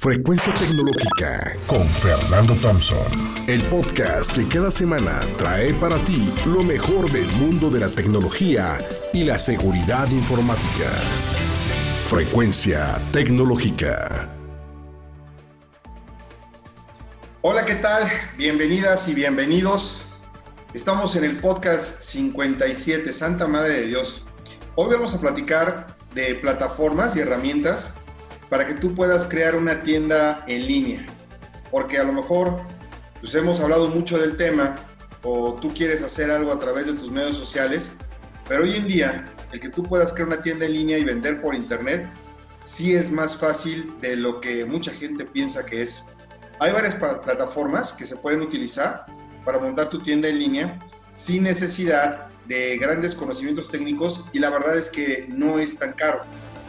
Frecuencia Tecnológica con Fernando Thompson. El podcast que cada semana trae para ti lo mejor del mundo de la tecnología y la seguridad informática. Frecuencia Tecnológica. Hola, ¿qué tal? Bienvenidas y bienvenidos. Estamos en el podcast 57, Santa Madre de Dios. Hoy vamos a platicar de plataformas y herramientas para que tú puedas crear una tienda en línea. Porque a lo mejor pues hemos hablado mucho del tema o tú quieres hacer algo a través de tus medios sociales, pero hoy en día el que tú puedas crear una tienda en línea y vender por internet sí es más fácil de lo que mucha gente piensa que es. Hay varias plataformas que se pueden utilizar para montar tu tienda en línea sin necesidad de grandes conocimientos técnicos y la verdad es que no es tan caro.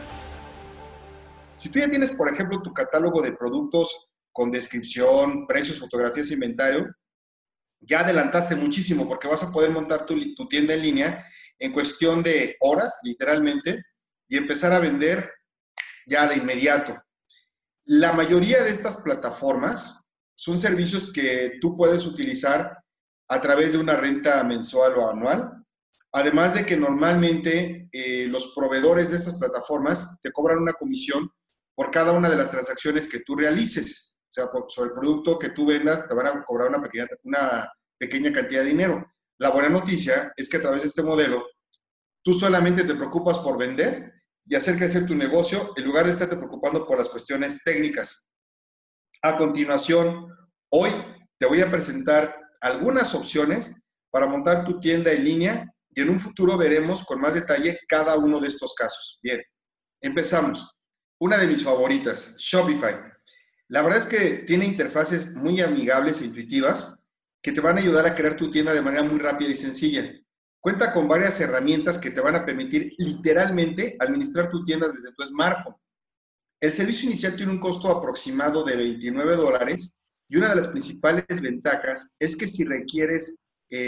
Si tú ya tienes, por ejemplo, tu catálogo de productos con descripción, precios, fotografías, inventario, ya adelantaste muchísimo porque vas a poder montar tu tienda en línea en cuestión de horas, literalmente, y empezar a vender ya de inmediato. La mayoría de estas plataformas son servicios que tú puedes utilizar a través de una renta mensual o anual. Además de que normalmente los proveedores de estas plataformas te cobran una comisión por cada una de las transacciones que tú realices. O sea, sobre el producto que tú vendas te van a cobrar una pequeña cantidad de dinero. La buena noticia es que a través de este modelo tú solamente te preocupas por vender y hacer crecer tu negocio en lugar de estarte preocupando por las cuestiones técnicas. A continuación, hoy te voy a presentar algunas opciones para montar tu tienda en línea y en un futuro veremos con más detalle cada uno de estos casos. Bien, empezamos. Una de mis favoritas, Shopify. La verdad es que tiene interfaces muy amigables e intuitivas que te van a ayudar a crear tu tienda de manera muy rápida y sencilla. Cuenta con varias herramientas que te van a permitir literalmente administrar tu tienda desde tu smartphone. El servicio inicial tiene un costo aproximado de $29 y una de las principales ventajas es que si requieres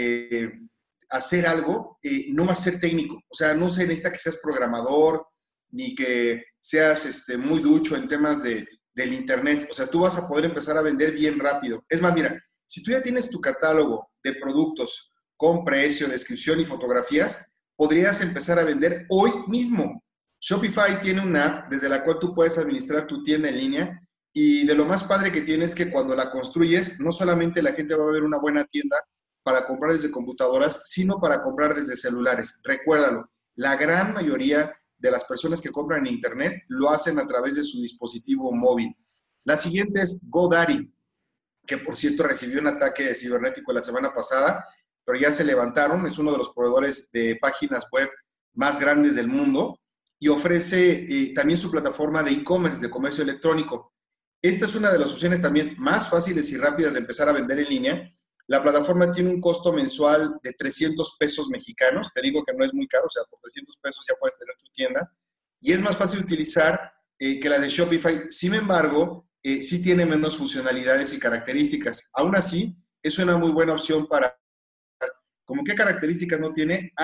hacer algo, no va a ser técnico. O sea, no se necesita que seas programador ni que seas muy ducho en temas del internet. O sea, tú vas a poder empezar a vender bien rápido. Es más, mira, si tú ya tienes tu catálogo de productos con precio, descripción y fotografías, podrías empezar a vender hoy mismo. Shopify tiene una app desde la cual tú puedes administrar tu tienda en línea y de lo más padre que tiene es que cuando la construyes, no solamente la gente va a ver una buena tienda para comprar desde computadoras, sino para comprar desde celulares. Recuérdalo, la gran mayoría de las personas que compran en internet lo hacen a través de su dispositivo móvil. La siguiente es GoDaddy, que por cierto recibió un ataque cibernético la semana pasada, pero ya se levantaron. Es uno de los proveedores de páginas web más grandes del mundo y ofrece también su plataforma de e-commerce, de comercio electrónico. Esta es una de las opciones también más fáciles y rápidas de empezar a vender en línea. La plataforma tiene un costo mensual de 300 pesos mexicanos. Te digo que no es muy caro, o sea, por 300 pesos ya puedes tener tu tienda. Y es más fácil utilizar que la de Shopify. Sin embargo, sí tiene menos funcionalidades y características. Aún así, es una muy buena opción para... ¿Cómo qué características no tiene?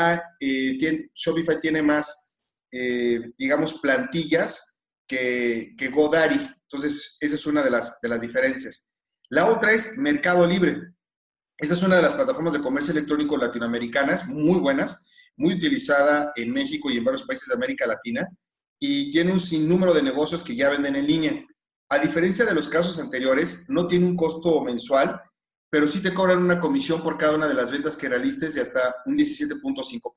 Shopify tiene más, digamos, plantillas que GoDaddy. Entonces, esa es una de las diferencias. La otra es Mercado Libre. Esta es una de las plataformas de comercio electrónico latinoamericanas, muy buenas, muy utilizada en México y en varios países de América Latina, y tiene un sinnúmero de negocios que ya venden en línea. A diferencia de los casos anteriores, no tiene un costo mensual, pero sí te cobran una comisión por cada una de las ventas que realices de hasta un 17.5%.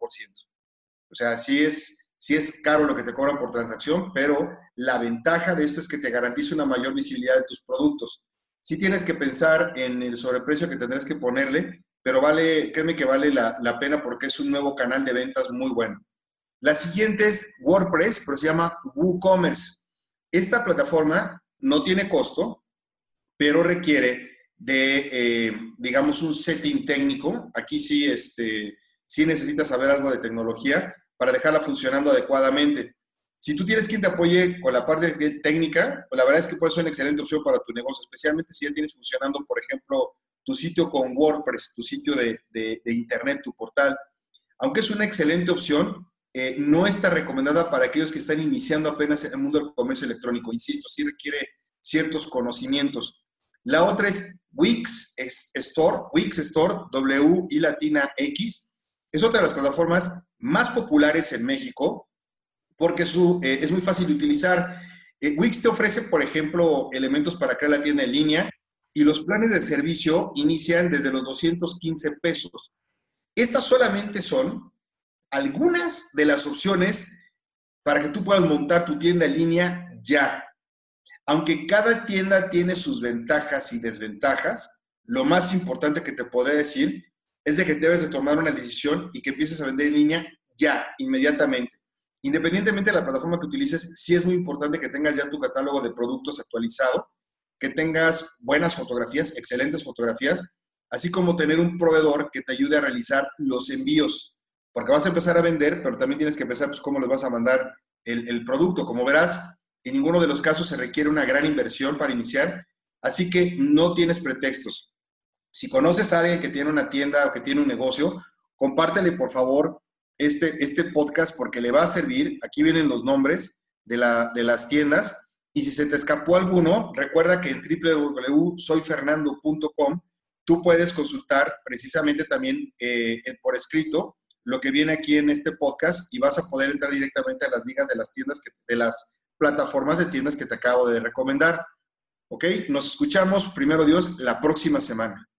O sea, sí es caro lo que te cobran por transacción, pero la ventaja de esto es que te garantiza una mayor visibilidad de tus productos. Sí tienes que pensar en el sobreprecio que tendrás que ponerle, pero créeme que vale la pena porque es un nuevo canal de ventas muy bueno. La siguiente es WordPress, pero se llama WooCommerce. Esta plataforma no tiene costo, pero requiere de, digamos, un setting técnico. Aquí sí necesitas saber algo de tecnología para dejarla funcionando adecuadamente. Si tú tienes quien te apoye con la parte técnica, pues la verdad es que puede ser una excelente opción para tu negocio, especialmente si ya tienes funcionando, por ejemplo, tu sitio con WordPress, tu sitio de internet, tu portal. Aunque es una excelente opción, no está recomendada para aquellos que están iniciando apenas en el mundo del comercio electrónico. Insisto, sí requiere ciertos conocimientos. La otra es Wix Store, Wix Store, W y latina X. Es otra de las plataformas más populares en México porque es muy fácil de utilizar. Wix te ofrece, por ejemplo, elementos para crear la tienda en línea y los planes de servicio inician desde los 215 pesos. Estas solamente son algunas de las opciones para que tú puedas montar tu tienda en línea ya. Aunque cada tienda tiene sus ventajas y desventajas, lo más importante que te podré decir es de que debes de tomar una decisión y que empieces a vender en línea ya, inmediatamente. Independientemente de la plataforma que utilices, sí es muy importante que tengas ya tu catálogo de productos actualizado, que tengas buenas fotografías, excelentes fotografías, así como tener un proveedor que te ayude a realizar los envíos, porque vas a empezar a vender, pero también tienes que pensar pues, cómo les vas a mandar el producto. Como verás, en ninguno de los casos se requiere una gran inversión para iniciar, así que no tienes pretextos. Si conoces a alguien que tiene una tienda o que tiene un negocio, compártele por favor este podcast porque le va a servir. Aquí vienen los nombres de las tiendas y si se te escapó alguno, recuerda que en www.soyfernando.com tú puedes consultar precisamente también por escrito lo que viene aquí en este podcast y vas a poder entrar directamente a las ligas de las tiendas, de las plataformas de tiendas que te acabo de recomendar. ¿Ok? Nos escuchamos, primero Dios, la próxima semana.